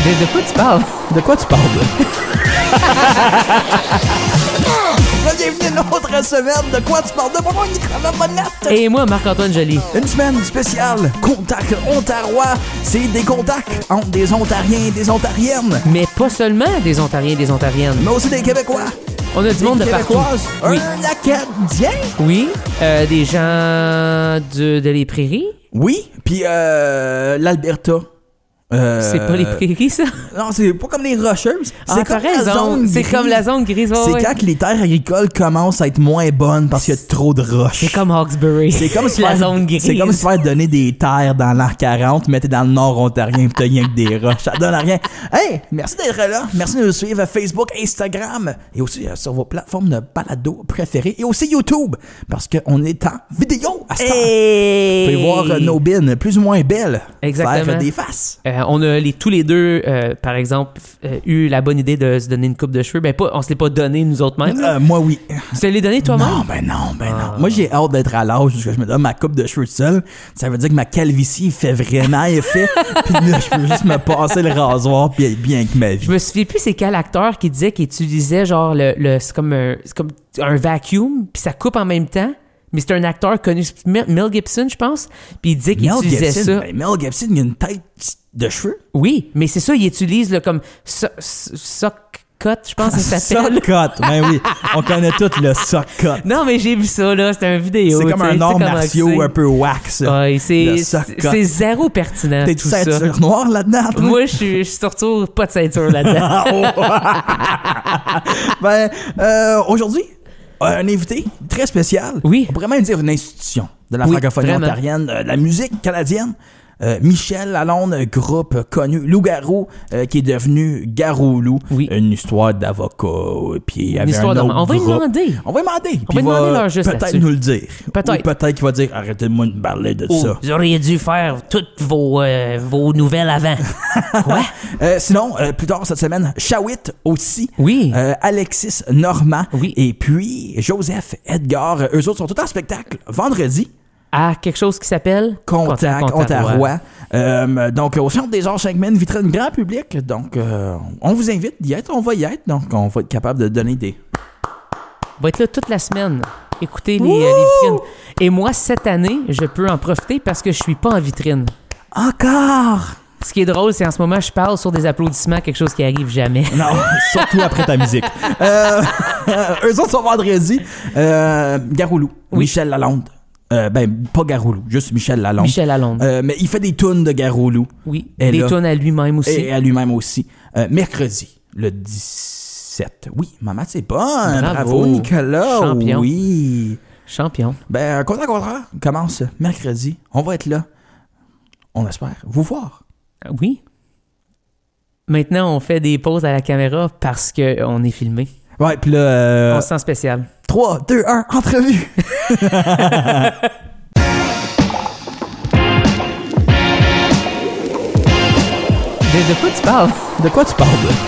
De quoi tu parles? De quoi tu parles, Bienvenue à une autre semaine de quoi tu parles de mon Nicolas Monette. Et moi, Marc-Antoine Joly. Une semaine spéciale, Contact Ontarois. C'est des contacts entre des Ontariens et des Ontariennes. Mais pas seulement des Ontariens et des Ontariennes. Mais aussi des Québécois. On a du monde de partout. Oui. Oui. Un Acadien. Oui. Des gens de les prairies. Oui. Puis l'Alberta. C'est pas les prairies, ça? Non, c'est pas comme les Rocheuses. C'est comme t'as la zone C'est grise. comme la zone grise. Ouais, C'est ouais. quand que les terres agricoles commencent à être moins bonnes parce qu'il y a trop de roches. C'est comme Hawkesbury. C'est comme se la faire, zone grise. c'est comme se faire donner des terres dans l'Arc 40, mais t'es dans le Nord ontarien pis t'as rien que des roches. Ça donne à rien. Hey, merci d'être là. Merci de nous suivre à Facebook, Instagram et aussi sur vos plateformes de balado préférées et aussi YouTube parce qu'on est en vidéo à ce temps. Vous pouvez voir nos bines plus ou moins belles. Exactement. Faire des faces. On a tous les deux, par exemple, eu la bonne idée de se donner une coupe de cheveux. Ben, on se l'est pas donné nous autres mêmes. Moi, oui. Tu te l'es donné toi-même? Non. Moi, j'ai hâte d'être à l'âge où je me donne ma coupe de cheveux seul. Ça veut dire que ma calvitie fait vraiment effet. Puis là, je peux juste me passer le rasoir puis être bien avec ma vie. Je me souviens plus c'est quel acteur qui disait qu'il utilisait genre c'est comme un vacuum puis ça coupe en même temps. Mais c'est un acteur connu, Mel Gibson, je pense. Puis il disait qu'il utilisait ça. Ben, Mel Gibson, il a une tête de cheveux. Oui, mais c'est ça, il utilise comme sock cut, je pense que ça s'appelle. Sock cut, ben oui. On connaît tout le sock cut. Non, mais j'ai vu ça, là. C'était une vidéo. C'est comme un art martiaux un peu wax. Ouais, le sock cut. c'est zéro pertinent. T'es tout ceinture ça. noire là-dedans? Toi? Moi, je suis surtout pas de ceinture là-dedans. Ben, aujourd'hui, un invité très spécial. Oui. On pourrait même dire une institution de la Oui, francophonie vraiment. ontarienne, de la musique canadienne. Michel Lalonde, groupe connu, Loup-Garou, qui est devenu Garoulou. Oui. Une histoire d'avocat. Puis il y avait histoire un autre on va lui groupe. demander. On va lui demander. On va lui demander leur juste peut-être là-dessus. nous le dire. Peut-être. Ou peut-être qu'il va dire arrêtez-moi de me parler de ça. Vous auriez dû faire toutes vos nouvelles avant. Quoi? Sinon, plus tard cette semaine, Shawit aussi. Oui. Alexis Normand. Oui. Et puis Joseph Edgar. Eux autres sont tous en spectacle vendredi. À quelque chose qui s'appelle Contact Ontarois. Donc, au Centre des Arts 5 Mines, vitrine grand public. Donc, on vous invite d'y être. On va y être. Donc, on va être capable de donner des... On va être là toute la semaine. Écoutez les vitrines. Et moi, cette année, je peux en profiter parce que je suis pas en vitrine. Encore! Ce qui est drôle, c'est en ce moment, je parle sur des applaudissements, quelque chose qui arrive jamais. Non, surtout après ta musique. Eux autres sont vendredi. Garoulou. Oui. Michel Lalonde. Pas Garoulou, juste Michel Lalonde. Michel Lalonde. Mais il fait des tunes de Garoulou. Oui, Et des là- tunes à lui-même aussi. Et à lui-même aussi. Mercredi, le 17. Oui, maman, c'est bon. Bravo, Nicolas. Champion. Oui. Champion. Ben, Contact Ontarois commence mercredi. On va être là. On espère vous voir. Oui. Maintenant, on fait des pauses à la caméra parce qu'on est filmé. Ouais, puis là... On se sent spécial. 3, 2, 1, entrevue! De quoi tu parles? De quoi tu parles?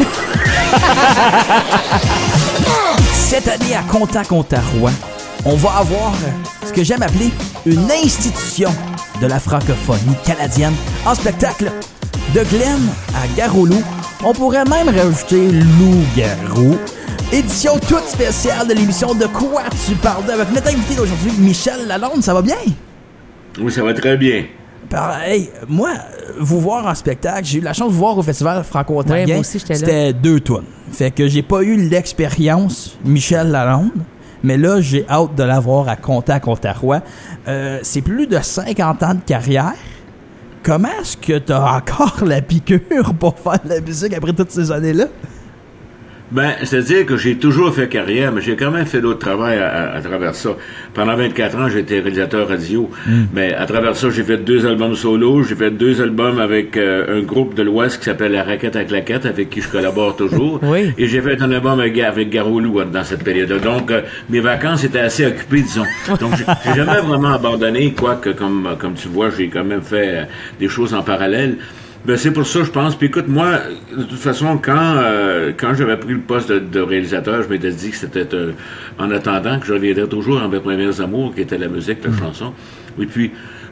Cette année à Contact Ontarois, on va avoir ce que j'aime appeler une institution de la francophonie canadienne en spectacle. De Glen à Garoulou, on pourrait même rajouter Loup-Garou. Édition toute spéciale de l'émission De quoi tu parles avec notre invité d'aujourd'hui, Michel Lalonde. Ça va bien? Oui, ça va très bien. Pareil, moi, vous voir en spectacle, j'ai eu la chance de vous voir au Festival franco-ontarien. Ouais, moi aussi, j'étais là. C'était 2 tonnes. Fait que j'ai pas eu l'expérience Michel Lalonde, mais là, j'ai hâte de l'avoir à Contact Ontarois. C'est plus de 50 ans de carrière. Comment est-ce que t'as encore la piqûre pour faire de la musique après toutes ces années-là? Ben, c'est-à-dire que j'ai toujours fait carrière, mais j'ai quand même fait d'autres travail à travers ça. Pendant 24 ans, j'étais réalisateur radio. Mais à travers ça, j'ai fait 2 albums solo. J'ai fait 2 albums avec un groupe de l'Ouest qui s'appelle La Raquette à Claquette, avec qui je collabore toujours. Oui. Et j'ai fait un album avec Garoulou dans cette période-là. Donc, mes vacances étaient assez occupées, disons. Donc, j'ai jamais vraiment abandonné, quoique, comme tu vois, j'ai quand même fait des choses en parallèle. Ben, c'est pour ça, je pense. Puis écoute, moi, de toute façon, quand j'avais pris le poste de réalisateur, je m'étais dit que c'était en attendant que je reviendrais toujours envers mes meilleurs amours, qui était la musique, la chanson. Et puis,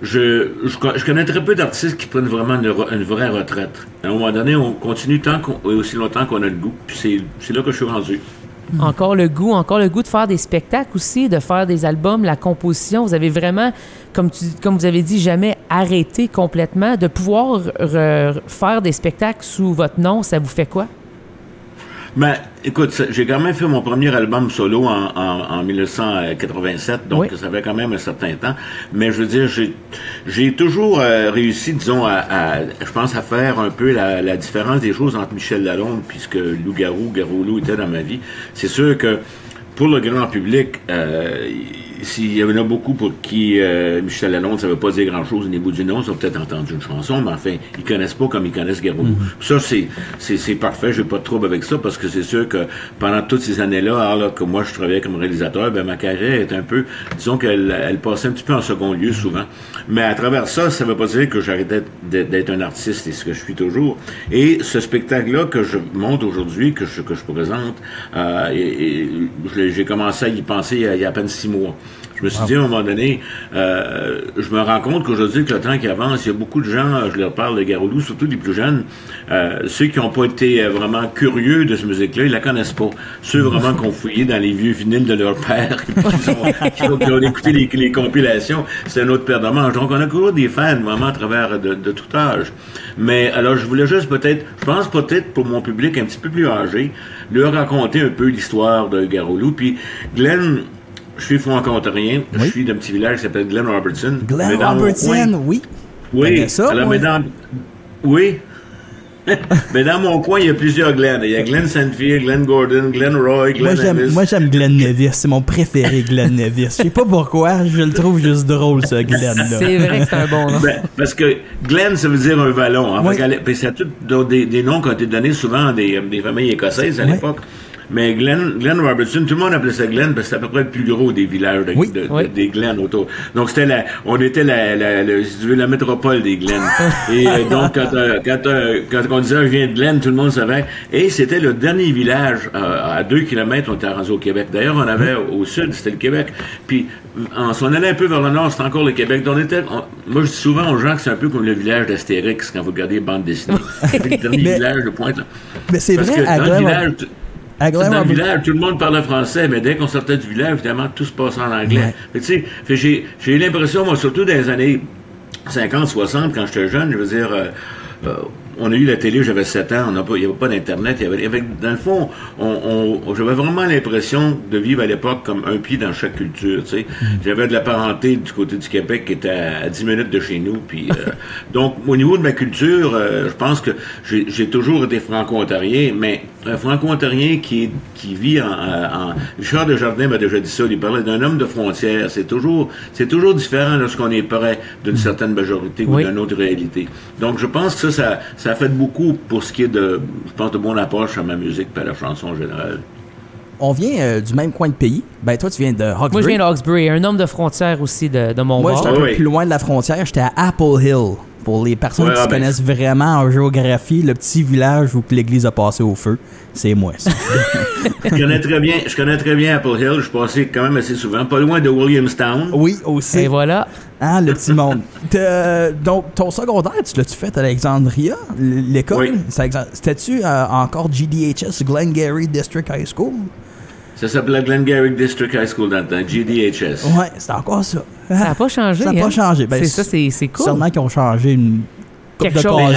je connais très peu d'artistes qui prennent vraiment une vraie retraite. À un moment donné, on continue aussi longtemps qu'on a le goût. Puis c'est là que je suis rendu. Encore le goût de faire des spectacles aussi, de faire des albums, la composition. Vous avez vraiment, comme vous avez dit, jamais arrêté complètement. De pouvoir faire des spectacles sous votre nom, ça vous fait quoi? Ben, écoute, j'ai quand même fait mon premier album solo en 1987, donc ça fait quand même un certain temps. Mais je veux dire, j'ai toujours réussi, disons, je pense, à faire un peu la différence des choses entre Michel Lalonde puisque Garou-Loup était dans ma vie. C'est sûr que pour le grand public, s'il y en a beaucoup pour qui Michel Lalonde, ça veut pas dire grand-chose au niveau du nom, ils ont peut-être entendu une chanson, mais enfin, ils connaissent pas comme ils connaissent Garou. Ça, c'est parfait, j'ai pas de trouble avec ça, parce que c'est sûr que pendant toutes ces années-là, alors là, que moi je travaillais comme réalisateur, ben ma carrière est un peu, disons qu'elle passait un petit peu en second lieu souvent. Mais à travers ça veut pas dire que j'arrêtais d'être un artiste, et ce que je suis toujours. Et ce spectacle-là que je monte aujourd'hui, que je présente, j'ai commencé à y penser il y a à peine 6 mois. Je me suis dit, à un moment donné, je me rends compte qu'aujourd'hui, avec le temps qui avance, il y a beaucoup de gens, je leur parle de Garou-Loup, surtout les plus jeunes, ceux qui n'ont pas été vraiment curieux de cette musique-là, ils la connaissent pas. Ceux vraiment qui ont fouillé dans les vieux vinyles de leur père, qui ont écouté les compilations, c'est un autre paire de manches. Donc, on a toujours des fans, vraiment, à travers de tout âge. Mais, alors, je voulais juste je pense peut-être pour mon public un petit peu plus âgé, leur raconter un peu l'histoire de Garou-Loup. Puis, Glenn, je suis franco-ontarien. Oui. Je suis d'un petit village qui s'appelle Glen Robertson. Glen Robertson, oui. Oui. Ça, alors, oui. Mais dans mon coin, il y a plusieurs Glenn. Il y a Glenn Sandfield, Glenn Gordon, Glenn Roy, Glenn Nevis. Moi, j'aime Glenn Nevis. C'est mon préféré, Glenn Nevis. Je sais pas pourquoi, je le trouve juste drôle, ce Glenn-là. C'est vrai que c'est un bon nom. Parce que Glenn, ça veut dire un vallon. Hein. Oui. C'est tous des noms qui ont été donnés souvent à des familles écossaises à l'époque. Mais Glen Robertson, tout le monde appelait ça Glen parce que c'était à peu près le plus gros des villages des Glen autour. Donc on était si tu veux, la métropole des Glen. Et donc quand on disait je viens de Glen, tout le monde savait. Et c'était le dernier village à 2 kilomètres, on était rendu au Québec. D'ailleurs, on avait au sud, c'était le Québec. Puis si on allait un peu vers le nord, c'était encore le Québec. Donc, moi, je dis souvent aux gens que c'est un peu comme le village d'Astérix quand vous regardez les bandes dessinées. C'est le dernier village de pointe. Là. Mais c'est parce vrai, dans le village, tout le monde parlait français, mais dès qu'on sortait du village, évidemment, tout se passait en anglais. Ouais. Tu sais, j'ai eu l'impression, moi, surtout dans les années 50, 60, quand j'étais jeune, je veux dire, on a eu la télé, j'avais 7 ans, il n'y avait pas d'Internet. Dans le fond, j'avais vraiment l'impression de vivre à l'époque comme un pied dans chaque culture. Tu sais. J'avais de la parenté du côté du Québec qui était à 10 minutes de chez nous. Puis, donc, au niveau de ma culture, je pense que j'ai toujours été franco-ontarien, mais un franco-ontarien qui vit en Richard Desjardins m'a déjà dit ça, il parlait d'un homme de frontières. C'est toujours différent lorsqu'on est près d'une certaine majorité ou d'une autre réalité. Donc, je pense que ça a fait beaucoup pour ce qui est je pense, de mon approche à ma musique et à la chanson en général. On vient du même coin de pays. Ben, toi, tu viens de Hawkesbury. Moi, je viens de Hawkesbury, un homme de frontière aussi de mon bord. Moi, j'étais un peu plus loin de la frontière. J'étais à Apple Hill. Pour les personnes qui connaissent vraiment en géographie, le petit village où l'église a passé au feu, c'est moi, ça. Je connais très bien Apple Hill. Je passais quand même assez souvent. Pas loin de Williamstown. Oui, aussi. Et voilà. Ah, le petit monde. Donc, ton secondaire, tu l'as-tu fait à Alexandria, l'école? Oui. C'était-tu encore GDHS, Glengarry District High School? Ça s'appelait Glengarry District High School dans le temps, GDHS. Ouais, c'était encore ça. Ça n'a pas changé. Ça n'a pas changé. Ben, c'est cool. Sûrement qu'ils ont changé une quelque chose.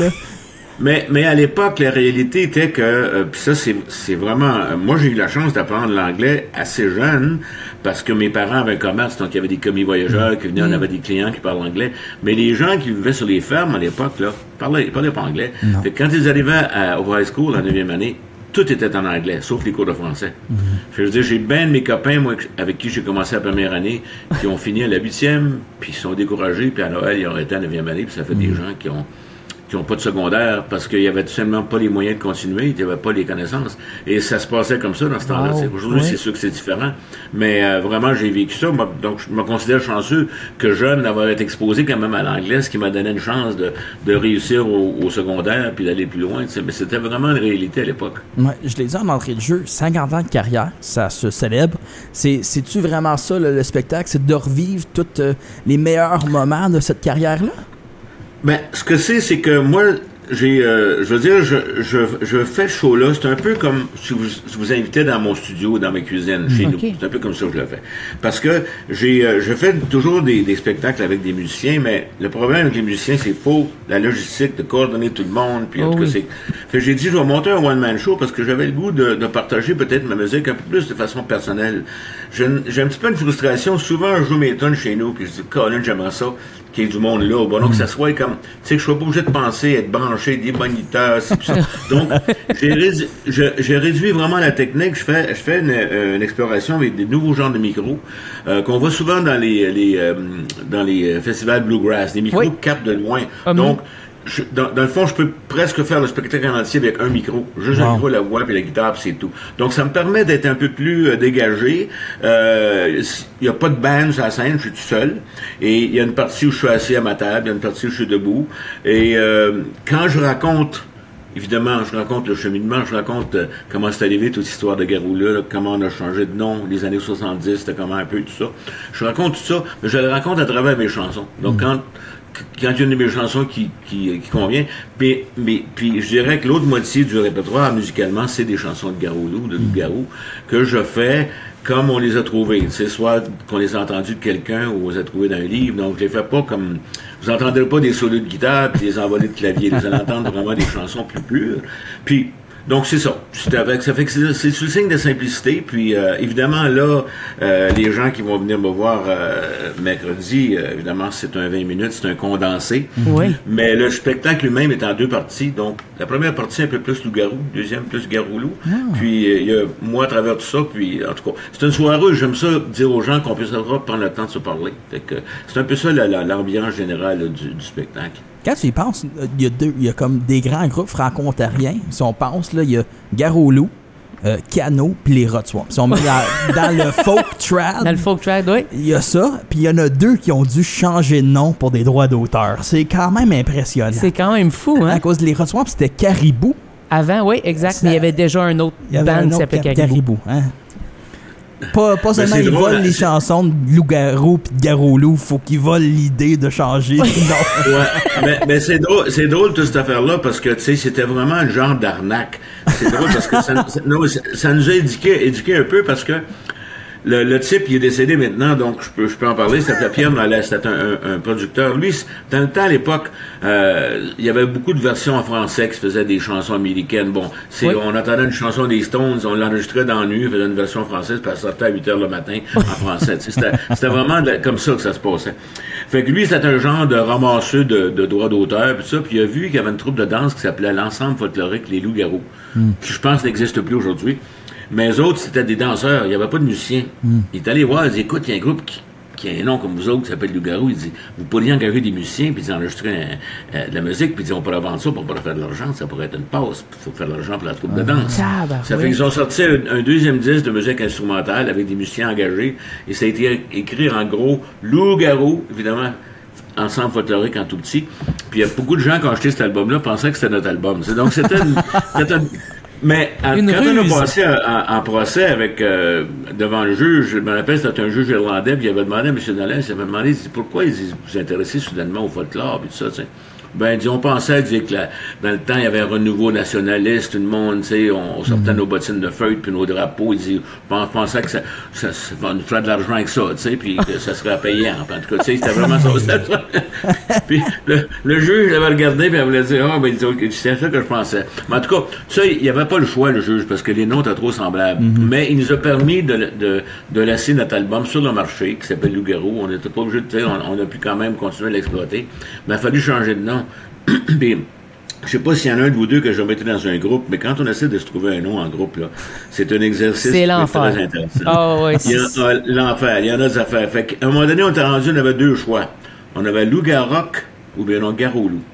Mais à l'époque, la réalité était que, puis ça, c'est vraiment... moi, j'ai eu la chance d'apprendre l'anglais assez jeune, parce que mes parents avaient un commerce, donc il y avait des commis voyageurs qui venaient, on avait des clients qui parlent anglais. Mais les gens qui vivaient sur les fermes à l'époque, là, parlaient pas anglais. Fait que quand ils arrivaient au high school en 9e année, tout était en anglais, sauf les cours de français. Je veux dire, j'ai bien de mes copains, moi, avec qui j'ai commencé la première année, qui ont fini à la 8e, puis ils sont découragés, puis à Noël, ils ont été à la 9e année, puis ça fait des gens qui n'ont pas de secondaire parce qu'il n'y avait tout simplement pas les moyens de continuer, il n'y avait pas les connaissances. Et ça se passait comme ça dans ce temps-là. Aujourd'hui, c'est sûr que c'est différent. Mais vraiment, j'ai vécu ça. Donc, je me considère chanceux que jeune d'avoir été exposé quand même à l'anglais, ce qui m'a donné une chance de réussir au secondaire puis d'aller plus loin. Mais c'était vraiment une réalité à l'époque. Ouais, je l'ai dit en entrée de jeu, 50 ans de carrière, ça se célèbre. C'est-tu vraiment ça, le spectacle? C'est de revivre tous les meilleurs moments de cette carrière-là? Ben, ce que c'est que moi, je veux dire, je fais ce show-là, c'est un peu comme si je vous invitais dans mon studio, dans ma cuisine, chez nous. C'est un peu comme ça que je le fais. Parce que je fais toujours des spectacles avec des musiciens, mais le problème avec les musiciens, c'est faut la logistique de coordonner tout le monde, puis en tout cas, fait que j'ai dit, je vais monter un one-man show parce que j'avais le goût de partager peut-être ma musique un peu plus de façon personnelle. J'ai un petit peu une frustration. Souvent, je joue mes tonnes chez nous, puis je dis, Colin, j'aimerais ça qu'il y ait du monde là. Bon, donc, que ça soit comme, tu sais, que je sois pas obligé de penser, être branché, des boniteurs, c'est tout ça. Donc, j'ai réduit vraiment la technique. Je fais une exploration avec des nouveaux genres de micros, qu'on voit souvent dans les festivals bluegrass. Des micros qui captent de loin. Donc, dans le fond, je peux presque faire le spectacle en entier avec un micro. Juste un micro, la voix puis la guitare, puis c'est tout. Donc, ça me permet d'être un peu plus dégagé. Il n'y a pas de band sur la scène, je suis tout seul. Et il y a une partie où je suis assis à ma table, il y a une partie où je suis debout. Et quand je raconte, évidemment, je raconte le cheminement, je raconte comment c'est arrivé toute cette histoire de Garou-là, comment on a changé de nom, les années 70, c'était comment un peu tout ça. Je raconte tout ça, mais je le raconte à travers mes chansons. Donc, quand il y a une de mes chansons qui convient, puis je dirais que l'autre moitié du répertoire musicalement, c'est des chansons de Garou-Loup, de Loup-Garou, que je fais comme on les a trouvées. Tu sais, soit qu'on les a entendus de quelqu'un ou on les a trouvés dans un livre. Donc, je les fais pas comme... Vous entendrez pas des solos de guitare puis des envolées de clavier. Vous allez entendre vraiment des chansons plus pures. Puis, donc, c'est ça. Ça fait que c'est le signe de simplicité. Puis, évidemment, là, les gens qui vont venir me voir mercredi, évidemment, c'est un 20 minutes, c'est un condensé. Oui. Mais le spectacle lui-même est en deux parties. Donc, la première partie, un peu plus Loup-Garou. Deuxième, plus Garou-Loup. Puis, il y a moi à travers tout ça. Puis, en tout cas, c'est une soirée où j'aime ça dire aux gens qu'on puisse prendre le temps de se parler. Fait que c'est un peu ça l'ambiance générale là, du spectacle. Quand tu y penses, il y a comme des grands groupes franco-ontariens. Si on pense, là, il y a Garou-Loup, Cano, puis les Rotswap. Si on met dans le folk trad. Dans le folk trad, oui. Il y a ça, puis il y en a deux qui ont dû changer de nom pour des droits d'auteur. C'est quand même impressionnant. C'est quand même fou, hein? À cause de les Rotswap, c'était Caribou. Avant, oui, exact. Mais il y avait déjà un autre band qui s'appelait Caribou. Hein? Pas seulement ils volent les chansons de Loup-Garou pis de Garou-Loup, faut qu'ils volent l'idée de changer. Ouais, mais c'est drôle toute cette affaire-là parce que tu sais c'était vraiment un genre d'arnaque. C'est drôle parce que ça nous a éduqué un peu parce que le type, il est décédé maintenant, donc je peux en parler. C'était Pierre Nollet, c'était un producteur. Lui, dans le temps, à l'époque, il y avait beaucoup de versions en français qui faisaient des chansons américaines. Bon, on entendait une chanson des Stones, on l'enregistrait dans la nuit, faisait une version française, puis ça sortait à 8 heures le matin en français. C'était vraiment comme ça que ça se passait. Fait que lui, c'était un genre de ramasseux de droits d'auteur, puis ça, puis il a vu qu'il y avait une troupe de danse qui s'appelait l'Ensemble folklorique Les Loups-Garous, qui je pense n'existe plus aujourd'hui. Mais eux autres, c'était des danseurs, il n'y avait pas de musiciens. Il est allé voir, il dit, écoute, il y a un groupe qui a un nom comme vous autres qui s'appelle Loup-Garou. Il dit, vous pourriez engager des musiciens, puis ils enregistrer de la musique, puis ils dit, on pourrait vendre ça pour faire de l'argent, ça pourrait être une passe, il faut faire de l'argent pour la troupe de danse. Ça fait qu'ils ont sorti un deuxième disque de musique instrumentale avec des musiciens engagés, et ça a été écrit en gros Loup-Garou, évidemment, Ensemble folklorique en tout petit. Puis il y a beaucoup de gens qui ont acheté cet album-là pensaient que c'était notre album. Donc c'était Mais quand on a passé en procès avec devant le juge, je me rappelle, c'était un juge irlandais, puis il avait demandé à M. Nollet, il avait demandé pourquoi vous vous intéressez soudainement au folklore, puis tout ça, tu sais. Ben, on pensait que dans le temps, il y avait un renouveau nationaliste, tout le monde, tu sais, on sortait nos bottines de feuilles puis nos drapeaux, on pensait que ça nous ferait de l'argent avec ça, tu sais, puis que ça serait payant. En tout cas, tu sais, c'était vraiment ça. Puis le juge l'avait regardé, puis il voulait dire, c'est ça que je pensais. Mais en tout cas, ça, il n'y avait pas le choix, le juge, parce que les noms étaient trop semblables. Mais il nous a permis de laisser notre album sur le marché, qui s'appelle Loup-Garou. On n'était pas obligé de, tu sais, on a pu quand même continuer à l'exploiter. Mais il a fallu changer de nom. Puis, je sais pas s'il y en a un de vous deux que je mettais dans un groupe, mais quand on essaie de se trouver un nom en groupe, là, c'est un exercice très intéressant. Oh, oui, l'enfer, il y en a des affaires. Fait qu'à un moment donné, on était rendu, on avait deux choix. On avait Loup-Garoc ou bien non Garou-Loup.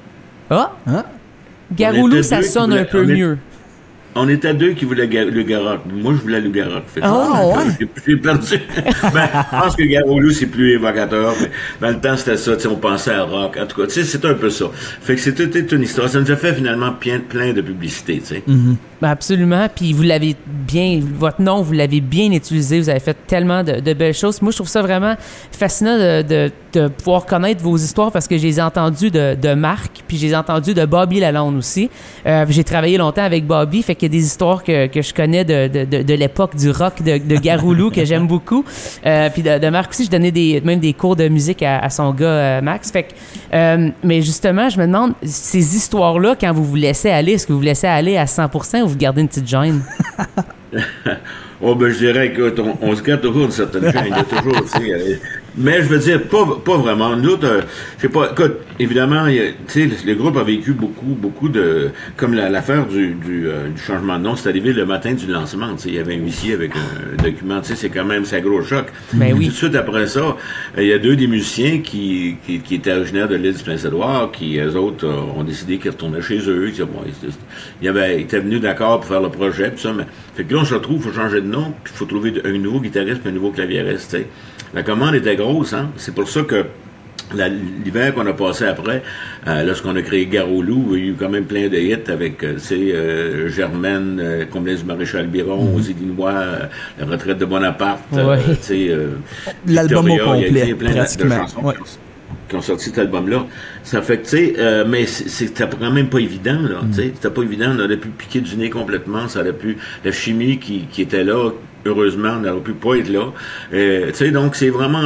Ah! Hein? Garoulou, ça sonne un peu mieux. On était deux qui voulaient le Garoc. Moi, je voulais le Garoc. Ouais. J'ai perdu. Je pense que Garoulou, c'est plus évocateur. Mais dans le temps, c'était ça. On pensait à rock. En tout cas, c'est un peu ça. Fait que c'était une histoire. Ça nous a fait finalement plein de publicité. Mm-hmm. Absolument. Puis vous l'avez bien... Votre nom, vous l'avez bien utilisé. Vous avez fait tellement de belles choses. Moi, je trouve ça vraiment fascinant de pouvoir connaître vos histoires parce que je les ai entendues de Marc, puis je les ai entendues de Bobby Lalonde aussi. J'ai travaillé longtemps avec Bobby, fait qu'il y a des histoires que je connais de l'époque du rock de Garoulou que j'aime beaucoup. Puis de Marc aussi, je donnais même des cours de musique à son gars Max. Fait que, mais justement, je me demande, ces histoires-là, quand vous laissez aller, est-ce que vous vous laissez aller à 100% ou vous gardez une petite gêne? Oh, ben, je dirais, écoute, on se garde toujours une certaine gêne. Il y a toujours, tu sais, mais je veux dire, pas vraiment. Nous autres, je sais pas, écoute, évidemment, tu sais, le groupe a vécu beaucoup de, comme l'affaire du changement de nom, c'est arrivé le matin du lancement, tu sais, il y avait un huissier avec un document, tu sais, c'est quand même, c'est un gros choc. Ben oui. Tout de suite après ça, il y a deux des musiciens qui étaient originaires de l'île du Prince-Édouard, qui, eux autres, ont décidé qu'ils retournaient chez eux, ils étaient venus d'accord pour faire le projet, pis ça, mais, fait que là, on se retrouve, faut changer de nom, puis faut trouver un nouveau guitariste puis un nouveau claviériste, tu sais. La commande était grosse, hein. C'est pour ça que l'hiver qu'on a passé après, lorsqu'on a créé Garoulou, il y a eu quand même plein de hits avec, Germaine, Combien du Maréchal Biron, aux Illinois, La retraite de Bonaparte, l'album au Victoria, complet, il y a plein pratiquement. de chansons qui ont sorti cet album-là. Ça fait que, tu sais, mais c'était quand même pas évident, là, tu sais. C'était pas évident, on aurait pu piquer du nez complètement, ça aurait pu, la chimie qui était là, heureusement, on n'aurait pu pas être là. Tu sais, donc, c'est vraiment,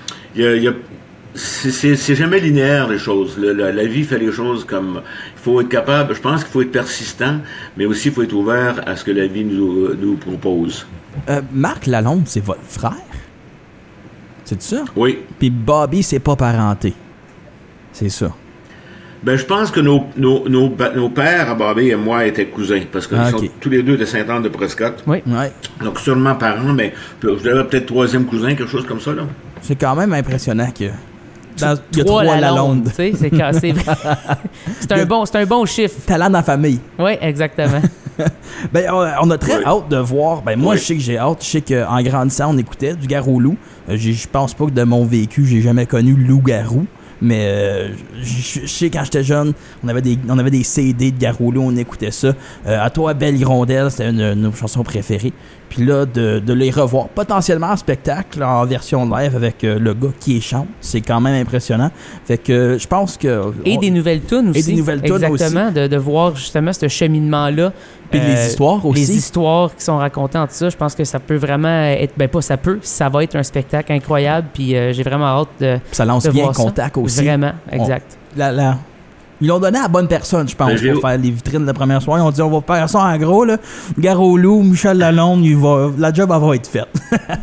c'est jamais linéaire, les choses. La vie fait les choses comme, il faut être capable, je pense qu'il faut être persistant, mais aussi il faut être ouvert à ce que la vie nous propose. Marc Lalonde, c'est votre frère? C'est ça? Oui. Puis Bobby, c'est pas parenté. C'est ça. Ben, je pense que nos pères, à Bobby et moi, étaient cousins, parce que sont tous les deux de Sainte-Anne-de-Prescott. Oui. Ouais. Donc, sûrement parents, mais je dirais peut-être troisième cousin, quelque chose comme ça, là. C'est quand même impressionnant que... il y a 3 3 Lalonde. Tu sais, c'est un bon chiffre. Talent dans la famille. Oui, exactement. Ben, on a très hâte de voir. Ben, moi, je sais que j'ai hâte. Je sais qu'en grandissant, on écoutait du Garoulou. Je pense pas que de mon vécu, j'ai jamais connu loup-garou. Mais je sais, quand j'étais jeune, on avait des CD de Garoulou, on écoutait ça. À toi, Belle Hirondelle, c'était une de nos chansons préférées. Puis là, de les revoir potentiellement en spectacle, en version live avec le gars qui chante, c'est quand même impressionnant. Fait que je pense que... Et des nouvelles tunes aussi. Et des nouvelles tunes aussi. Exactement, de voir justement ce cheminement-là. Puis les histoires aussi. Les histoires qui sont racontées entre ça, je pense que ça peut vraiment être... Ben pas ça peut, ça va être un spectacle incroyable. Puis j'ai vraiment hâte de ça lance de bien voir Contact ça. aussi. Vraiment, exact. Ils l'ont donné à la bonne personne, je pense, pour faire les vitrines la première soirée. Ils ont dit, on va faire ça en gros, là. Garoulou, Michel Lalonde, la job va être faite.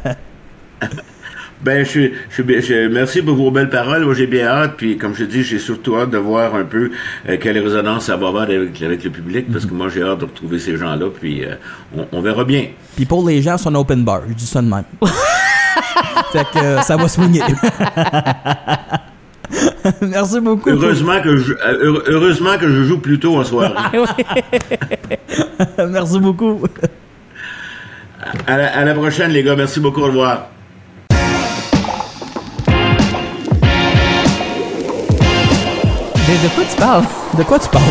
Ben, merci pour vos belles paroles. Moi, j'ai bien hâte. Puis, comme je dis, j'ai surtout hâte de voir un peu quelle résonance ça va avoir avec le public. Parce que moi, j'ai hâte de retrouver ces gens-là. Puis, on verra bien. Puis, pour les gens, c'est un open bar. Je dis ça de même. Fait que ça va swinguer. Merci beaucoup. Heureusement que je joue plus tôt en soirée. Merci beaucoup. À la prochaine, les gars. Merci beaucoup. Au revoir. De quoi tu parles? De quoi tu parles?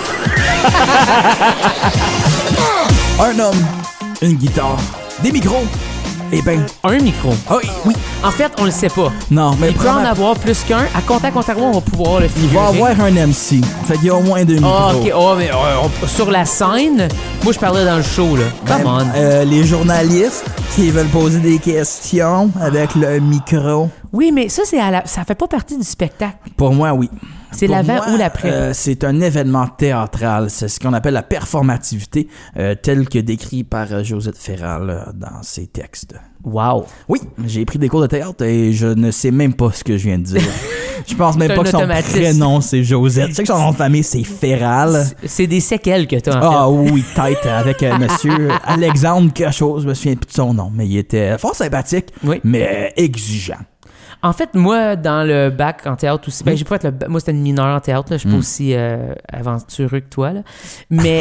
Un homme, une guitare, des micros. Eh ben, un micro. Oui. En fait, on le sait pas. Non, mais il peut en avoir plus qu'un. À Contact Ontario, on va pouvoir le figurer. Il va avoir un MC. Fait qu'il y a au moins 2 micros. OK. Oh, mais sur la scène, moi, je parlais dans le show, là. Come on. Les journalistes qui veulent poser des questions avec le micro. Oui, mais ça, ça fait pas partie du spectacle. Pour moi, oui. C'est l'avant ou l'après? C'est un événement théâtral. C'est ce qu'on appelle la performativité, tel que décrit par Josette Ferral dans ses textes. Wow! Oui, j'ai pris des cours de théâtre et je ne sais même pas ce que je viens de dire. Je pense même pas que son prénom, c'est Josette. Je sais que son nom de famille, c'est Ferral. C'est des séquelles que t'as, en fait. Ah oui, tête avec monsieur Alexandre quelque chose. Je me souviens plus de son nom, mais il était fort sympathique, mais exigeant. En fait, moi, dans le bac en théâtre aussi, j'ai pas fait moi, c'était une mineure en théâtre, là. Je suis pas aussi aventureux que toi, là. Mais,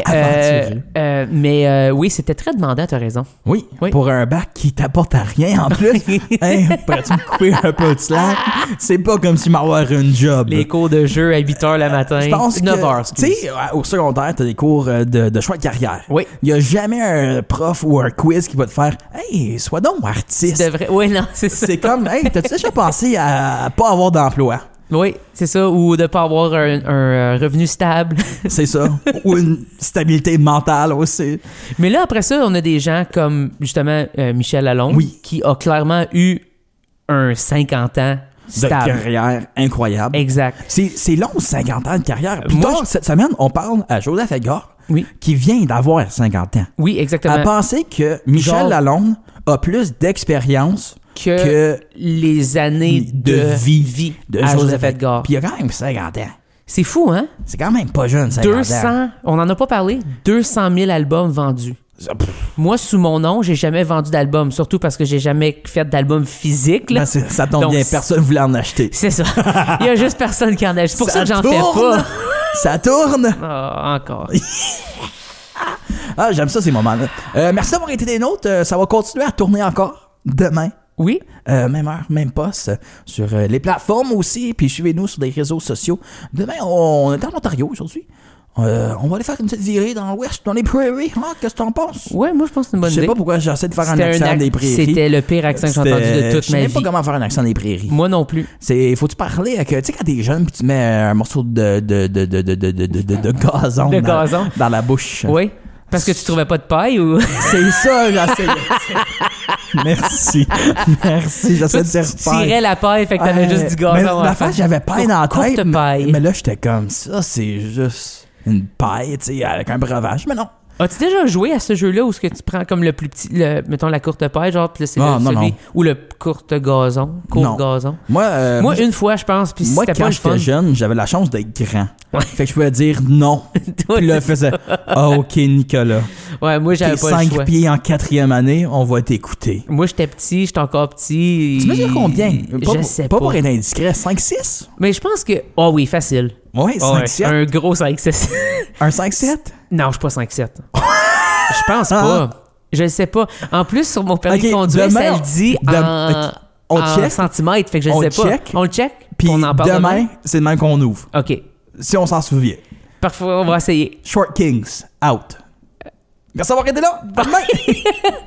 oui, c'était très demandant, t'as raison. Oui, pour un bac qui t'apporte à rien en plus. Hey, pourrais-tu me couper un peu de slack? C'est pas comme si m'avoir une job. Les cours de jeu à 8h le matin. Je pense 9h, tu sais, au secondaire, t'as des cours de choix de carrière. Oui. Il y a jamais un prof ou un quiz qui va te faire « Hey, sois donc artiste. » Oui, non, c'est ça. C'est comme « Hey, t'as-tu déjà pensé à pas avoir d'emploi? » Oui, c'est ça. Ou de pas avoir un revenu stable. C'est ça. Ou une stabilité mentale aussi. Mais là, après ça, on a des gens comme, justement, Michel Lalonde, qui a clairement eu un 50 ans stable. De carrière incroyable. Exact. C'est long, 50 ans de carrière. Plus tard, cette semaine, on parle à Joseph Edgar, qui vient d'avoir 50 ans. Oui, exactement. À penser que Michel Lalonde a plus d'expérience que les années de vie de à Joseph Edgar. Puis il a quand même 50 ans. C'est fou, hein? C'est quand même pas jeune, 50 ans. On n'en a pas parlé, 200 000 albums vendus. Moi, sous mon nom, j'ai jamais vendu d'album, surtout parce que j'ai jamais fait d'album physique. Là. Ben ça tombe bien, personne voulait en acheter. C'est ça. Il y a juste personne qui en achète. C'est pour ça que j'en fais pas. Ça tourne! Encore. Ah, j'aime ça, ces moments-là. Merci d'avoir été des nôtres. Ça va continuer à tourner encore demain. Oui. Même heure, même poste sur les plateformes aussi. Puis suivez-nous sur les réseaux sociaux. Demain, on est en Ontario aujourd'hui. On va aller faire une petite virée dans l'ouest, dans les prairies. Hein? Qu'est-ce que t'en penses? Ouais, moi je pense que c'est une bonne idée. Je sais pas pourquoi j'essaie de faire un accent des prairies. C'était le pire accent que j'ai entendu de toute ma vie. Je sais même pas comment faire un accent des prairies. Moi non plus. Faut-tu parler avec... Tu sais, quand t'es jeune puis tu mets un morceau de gazon, dans la bouche. Oui. Parce que tu trouvais pas de paille ou... C'est ça, j'essaie. Merci, j'essaie de dire paille. Tu tirais la paille, fait que t'avais juste du gazon. Mais la fois, j'avais paille dans la tête. Paille. Mais là, j'étais comme ça, c'est juste une paille, tu sais, avec un breuvage. Mais non. As-tu déjà joué à ce jeu-là où ce que tu prends comme le plus petit, mettons la courte paille, genre, puis là, c'est celui ou le courte gazon, gazon? Moi, une fois, je pense, puis moi, c'était quand pas le fun. j'étais jeune, j'avais la chance d'être grand. Fait que je pouvais dire non. Puis là, je faisais OK, Nicolas. Ouais, moi, j'avais pas le choix. 5 pieds en 4e année, on va t'écouter. Moi, j'étais petit, j'étais encore petit. Tu mesures combien? Je sais pas. Pas pour être indiscret, 5'6"? Mais je pense que... Oh oui, facile. Ouais, 5'7". Un gros 5'6". Un 5'7"? Non, je suis pas 5'7". Je pense pas. Je le sais pas. En plus, sur mon permis de conduire, ça le dit en centimètres, fait que je le sais pas. On le check, puis on en parle demain, c'est le même qu'on ouvre. OK. Si on s'en souvient. Parfois, on va essayer. Short Kings, out. Merci d'avoir été là. Bye.